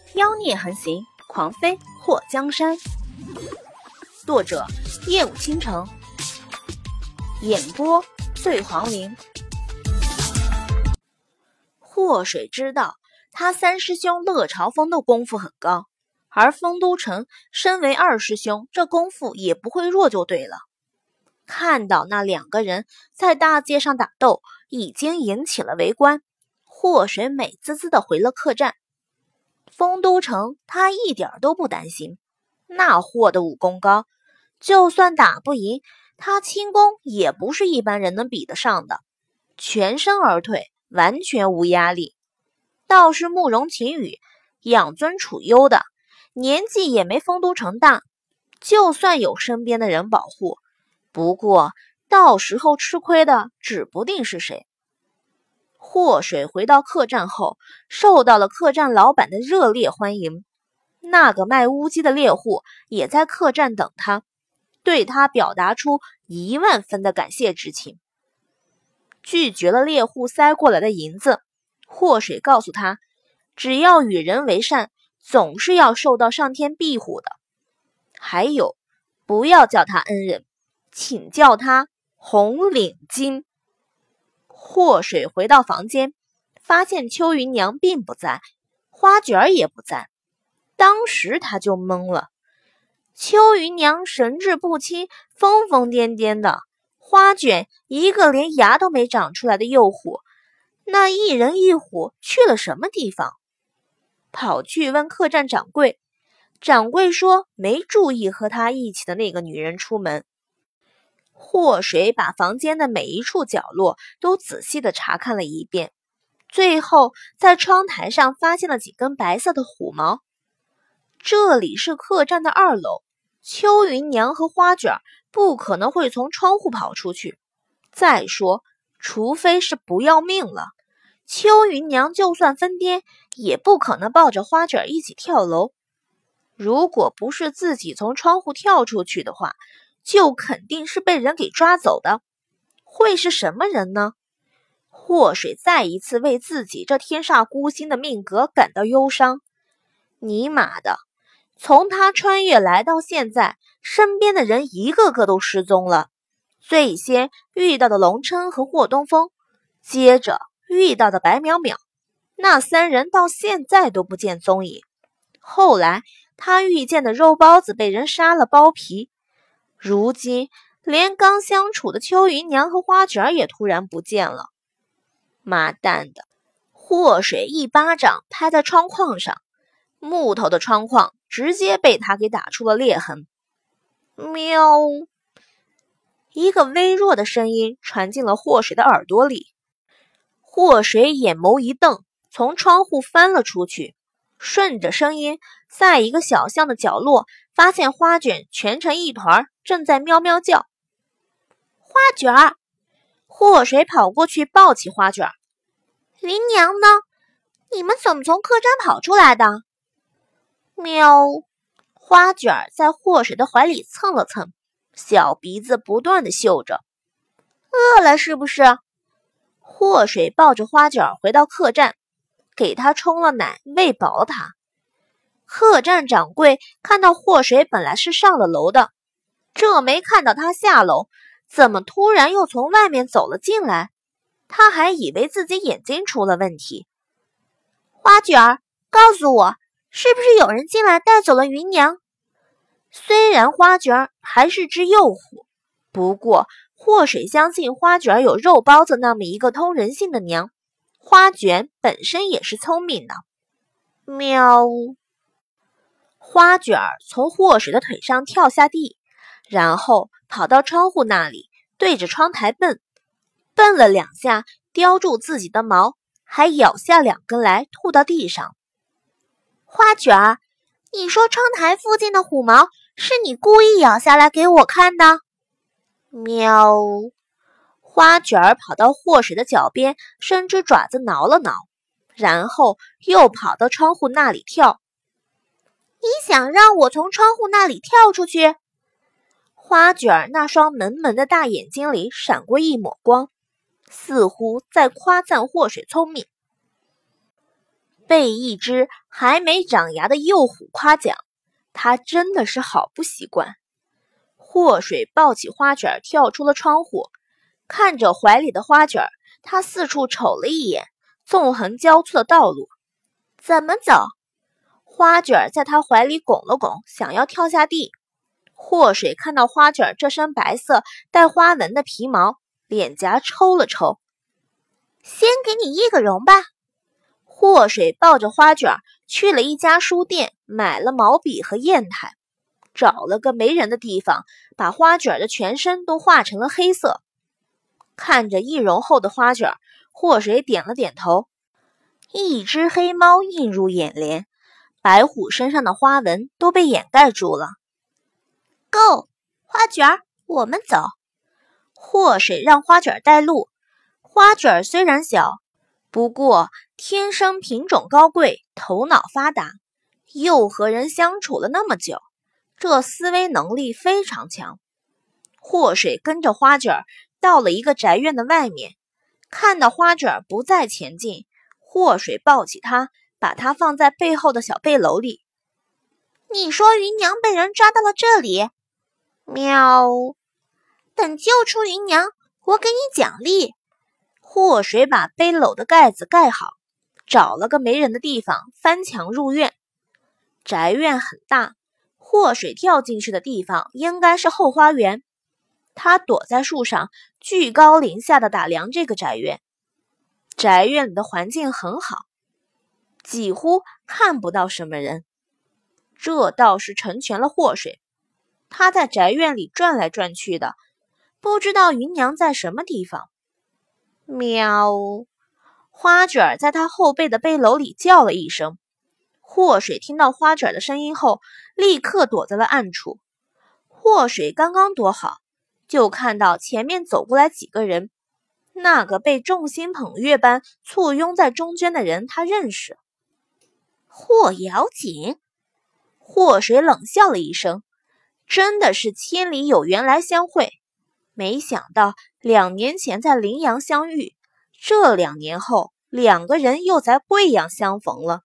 妖孽横行，狂飞祸江山。作者：夜舞倾城，演播：醉黄林。祸水知道他三师兄乐朝峰的功夫很高，而丰都城身为二师兄，这功夫也不会弱就对了。看到那两个人在大街上打斗，已经引起了围观，祸水美滋滋地回了客栈。丰都城他一点都不担心，那货的武功高，就算打不赢，他轻功也不是一般人能比得上的，全身而退，完全无压力。倒是慕容秦羽养尊处优的，年纪也没丰都城大，就算有身边的人保护，不过到时候吃亏的指不定是谁。祸水回到客栈后，受到了客栈老板的热烈欢迎。那个卖乌鸡的猎户也在客栈等他，对他表达出10000分的感谢之情。拒绝了猎户塞过来的银子，祸水告诉他，只要与人为善，总是要受到上天庇护的。还有，不要叫他恩人，请叫他红领巾。祸水回到房间，发现邱云娘并不在，花卷也不在，当时他就懵了。邱云娘神志不清，疯疯癫癫的，花卷一个连牙都没长出来的幼虎，那一人一虎去了什么地方？跑去问客栈掌柜，掌柜说没注意和他一起的那个女人出门。祸水把房间的每一处角落都仔细地查看了一遍，最后在窗台上发现了几根白色的虎毛。这里是客栈的2楼，邱云娘和花卷不可能会从窗户跑出去。再说，除非是不要命了，邱云娘就算疯癫，也不可能抱着花卷一起跳楼。如果不是自己从窗户跳出去的话，就肯定是被人给抓走的。会是什么人呢？祸水再一次为自己这天煞孤星的命格感到忧伤。尼玛的，从他穿越来到现在，身边的人一个个都失踪了。最先遇到的龙琛和霍东风，接着遇到的白淼淼，那3人到现在都不见踪影。后来他遇见的肉包子被人杀了剥皮，如今连刚相处的邱云娘和花卷也突然不见了。妈蛋的！祸水一巴掌拍在窗框上，木头的窗框直接被他给打出了裂痕。喵！一个微弱的声音传进了祸水的耳朵里。祸水眼眸一瞪，从窗户翻了出去，顺着声音，在一个小巷的角落发现花卷蜷成一团，正在喵喵叫。花卷儿！祸水跑过去抱起花卷儿。林娘呢？你们怎么从客栈跑出来的？喵！花卷儿在祸水的怀里蹭了蹭，小鼻子不断地嗅着。饿了是不是？祸水抱着花卷儿回到客栈，给他冲了奶，喂饱了他。客栈掌柜看到祸水本来是上了楼的，这没看到他下楼，怎么突然又从外面走了进来？他还以为自己眼睛出了问题。花卷儿，告诉我，是不是有人进来带走了云娘？虽然花卷儿还是只幼虎，不过祸水相信花卷儿有肉包子那么一个通人性的娘，花卷本身也是聪明的。喵！花卷儿从祸水的腿上跳下地，然后跑到窗户那里，对着窗台蹦了2下，叼住自己的毛，还咬下2根来吐到地上。花卷儿，你说窗台附近的虎毛是你故意咬下来给我看的？喵！花卷儿跑到祸水的脚边，伸只爪子挠了挠，然后又跑到窗户那里跳。你想让我从窗户那里跳出去？花卷儿那双萌萌的大眼睛里闪过一抹光，似乎在夸赞祸水聪明。 被一只还没长牙的幼虎夸奖，他真的是好不习惯。祸水抱起花卷跳出了窗户，看着怀里的花卷，他四处瞅了一眼纵横交错的道路。怎么走？花卷在他怀里拱了拱，想要跳下地。祸水看到花卷这身白色带花纹的皮毛，脸颊抽了抽。先给你一个绒吧。祸水抱着花卷去了一家书店，买了毛笔和砚台，找了个没人的地方，把花卷的全身都画成了黑色。看着易容后的花卷，祸水点了点头。一只黑猫映入眼帘，白虎身上的花纹都被掩盖住了。够，花卷，我们走。祸水让花卷带路。花卷虽然小，不过天生品种高贵，头脑发达，又和人相处了那么久，这思维能力非常强。祸水跟着花卷到了一个宅院的外面，看到花卷不再前进，祸水抱起它，把它放在背后的小背篓里。你说芸娘被人抓到了这里？喵！等救出芸娘，我给你奖励。祸水把背篓的盖子盖好，找了个没人的地方翻墙入院。宅院很大，祸水跳进去的地方应该是后花园。他躲在树上，居高临下的打量这个宅院。宅院里的环境很好，几乎看不到什么人，这倒是成全了祸水。他在宅院里转来转去的，不知道芸娘在什么地方。喵！花卷在他后背的背篓里叫了一声。祸水听到花卷的声音后，立刻躲在了暗处。祸水刚刚躲好，就看到前面走过来几个人。那个被众星捧月般簇拥在中间的人，他认识。霍瑶锦。祸水冷笑了一声，真的是千里有缘来相会。没想到2年前在临阳相遇，这2年后2个人又在贵阳相逢了。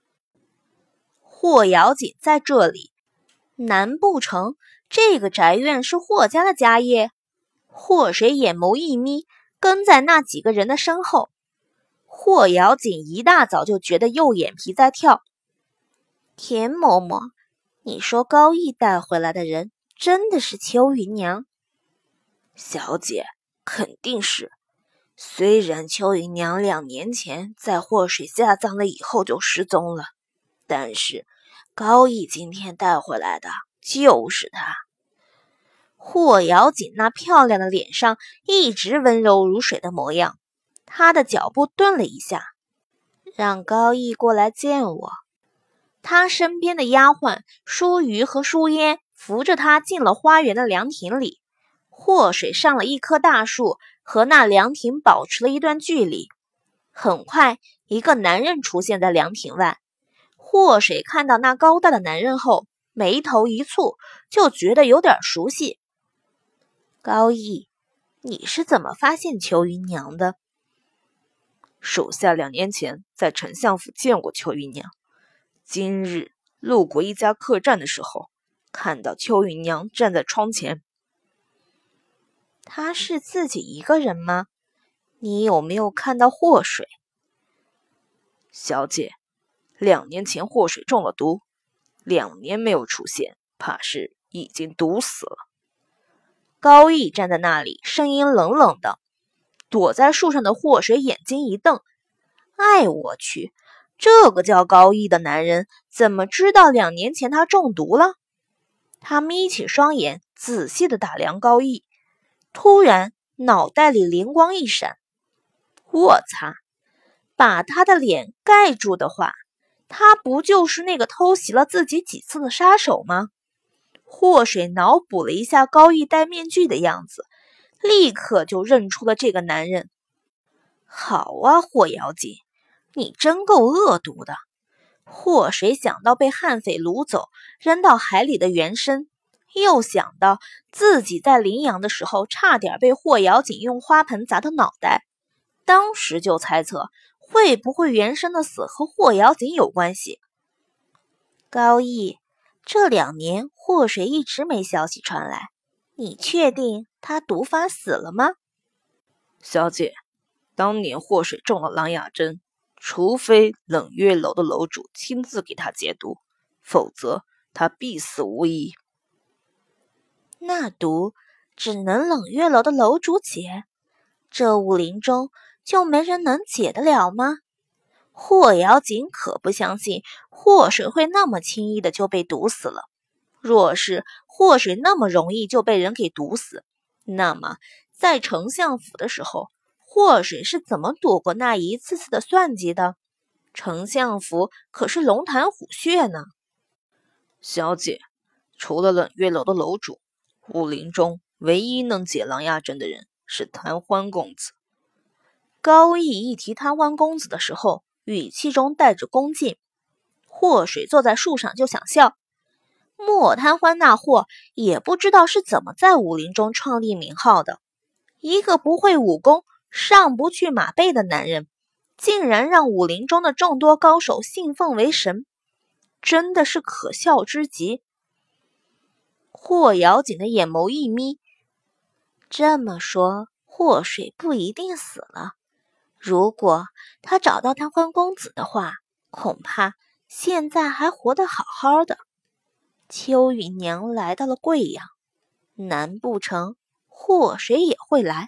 霍瑶锦在这里，难不成这个宅院是霍家的家业？祸水眼眸一眯，跟在那几个人的身后。霍瑶锦一大早就觉得右眼皮在跳。田嬷嬷，你说高义带回来的人真的是邱芸娘？小姐，肯定是。虽然邱芸娘2年前在祸水下葬了以后就失踪了，但是高义今天带回来的就是她。霍瑶锦那漂亮的脸上一直温柔如水的模样，她的脚步顿了一下，让高义过来见我。她身边的丫鬟舒瑜和舒嫣扶着她进了花园的凉亭里。祸水上了一棵大树，和那凉亭保持了一段距离。很快，一个男人出现在凉亭外。祸水看到那高大的男人后，眉头一蹙，就觉得有点熟悉。高义，你是怎么发现邱芸娘的？ 属下2年前在丞相府见过邱芸娘，今日路过一家客栈的时候，看到邱芸娘站在窗前。 她是自己一个人吗？你有没有看到祸水？ 小姐，2年前祸水中了毒，2年没有出现，怕是已经毒死了。 高义站在那里，声音冷冷的。躲在树上的祸水眼睛一瞪，哎，我去，这个叫高义的男人怎么知道2年前他中毒了？他眯起双眼，仔细的打量高义，突然脑袋里灵光一闪，我擦，把他的脸盖住的话，他不就是那个偷袭了自己几次的杀手吗？祸水脑补了一下高义戴面具的样子，立刻就认出了这个男人。好啊，霍瑶锦，你真够恶毒的。祸水想到被悍匪掳走扔到海里的原身，又想到自己在临阳的时候差点被霍瑶锦用花盆砸到脑袋，当时就猜测会不会原生的死和霍瑶锦有关系？高义，这2年祸水一直没消息传来，你确定他毒发死了吗？ 小姐，当年祸水中了狼牙针，除非冷月楼的楼主亲自给他解毒，否则他必死无疑。 那毒只能冷月楼的楼主解，这武林中就没人能解得了吗？霍瑶锦可不相信祸水会那么轻易的就被毒死了。若是祸水那么容易就被人给毒死，那么在丞相府的时候，祸水是怎么躲过那一次次的算计的？丞相府可是龙潭虎穴呢。 小姐，除了冷月楼的楼主，武林中唯一能解狼牙针的人是谭欢公子。 高义一提贪欢公子的时候，语气中带着恭敬。祸水坐在树上就想笑，莫贪欢那货也不知道是怎么在武林中创立名号的，一个不会武功、上不去马背的男人，竟然让武林中的众多高手信奉为神，真的是可笑之极。霍瑶锦的眼眸一眯，这么说，祸水不一定死了。如果他找到贪欢公子的话，恐怕现在还活得好好的。秋雨娘来到了贵阳，难不成祸水也会来？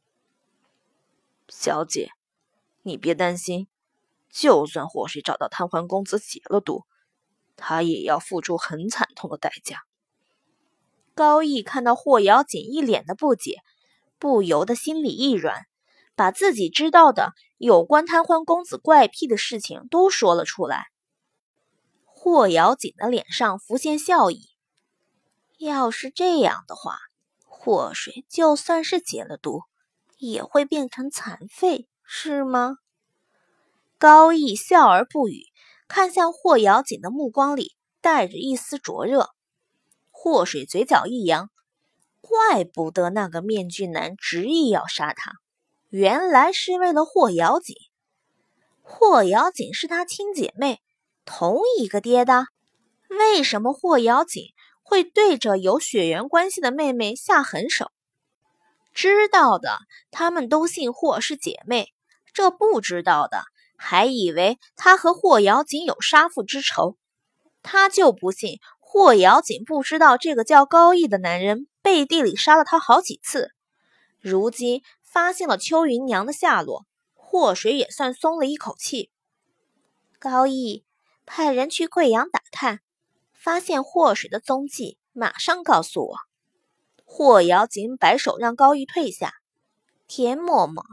小姐，你别担心，就算祸水找到贪欢公子解了毒，他也要付出很惨痛的代价。 高义看到霍瑶锦一脸的不解，不由得心里一软，把自己知道的有关贪欢公子怪癖的事情都说了出来。霍瑶锦的脸上浮现笑意，要是这样的话，祸水就算是解了毒，也会变成残废，是吗？高义笑而不语，看向霍瑶锦的目光里带着一丝灼热。祸水嘴角一扬，怪不得那个面具男执意要杀他，原来是为了霍瑶锦。霍瑶锦是他亲姐妹，同一个爹的，为什么霍瑶锦会对着有血缘关系的妹妹下狠手？知道的他们都信霍是姐妹，这不知道的还以为他和霍瑶锦有杀父之仇。他就不信霍瑶锦不知道这个叫高义的男人背地里杀了他好几次。如今发现了秋云娘的下落，祸水也算松了一口气。高义派人去贵阳打探，发现祸水的踪迹，马上告诉我。霍瑶锦摆手让高义退下。田嬷嬷，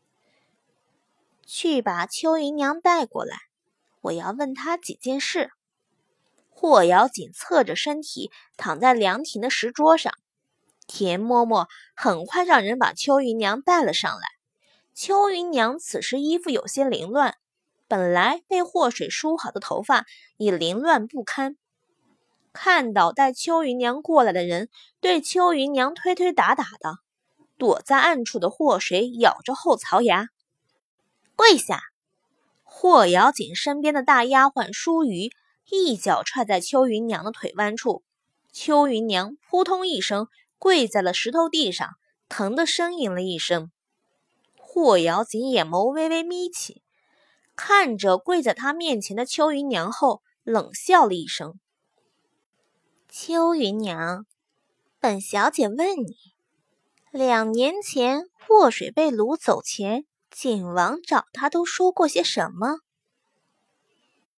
去把秋云娘带过来，我要问她几件事。霍瑶锦侧着身体躺在凉亭的石桌上，田嬷嬷很快让人把秋云娘带了上来。秋云娘此时衣服有些凌乱，本来被祸水梳好的头发也凌乱不堪。看到带秋云娘过来的人，对秋云娘推推打打的，躲在暗处的祸水咬着后槽牙，跪下。霍瑶锦身边的大丫鬟舒瑜一脚踹在秋云娘的腿弯处，秋云娘扑通一声跪在了石头地上，疼得呻吟了一声。霍瑶锦眼眸微微眯起，看着跪在她面前的秋云娘后，冷笑了一声。秋云娘，本小姐问你，2年前祸水被掳走前，景王找她都说过些什么？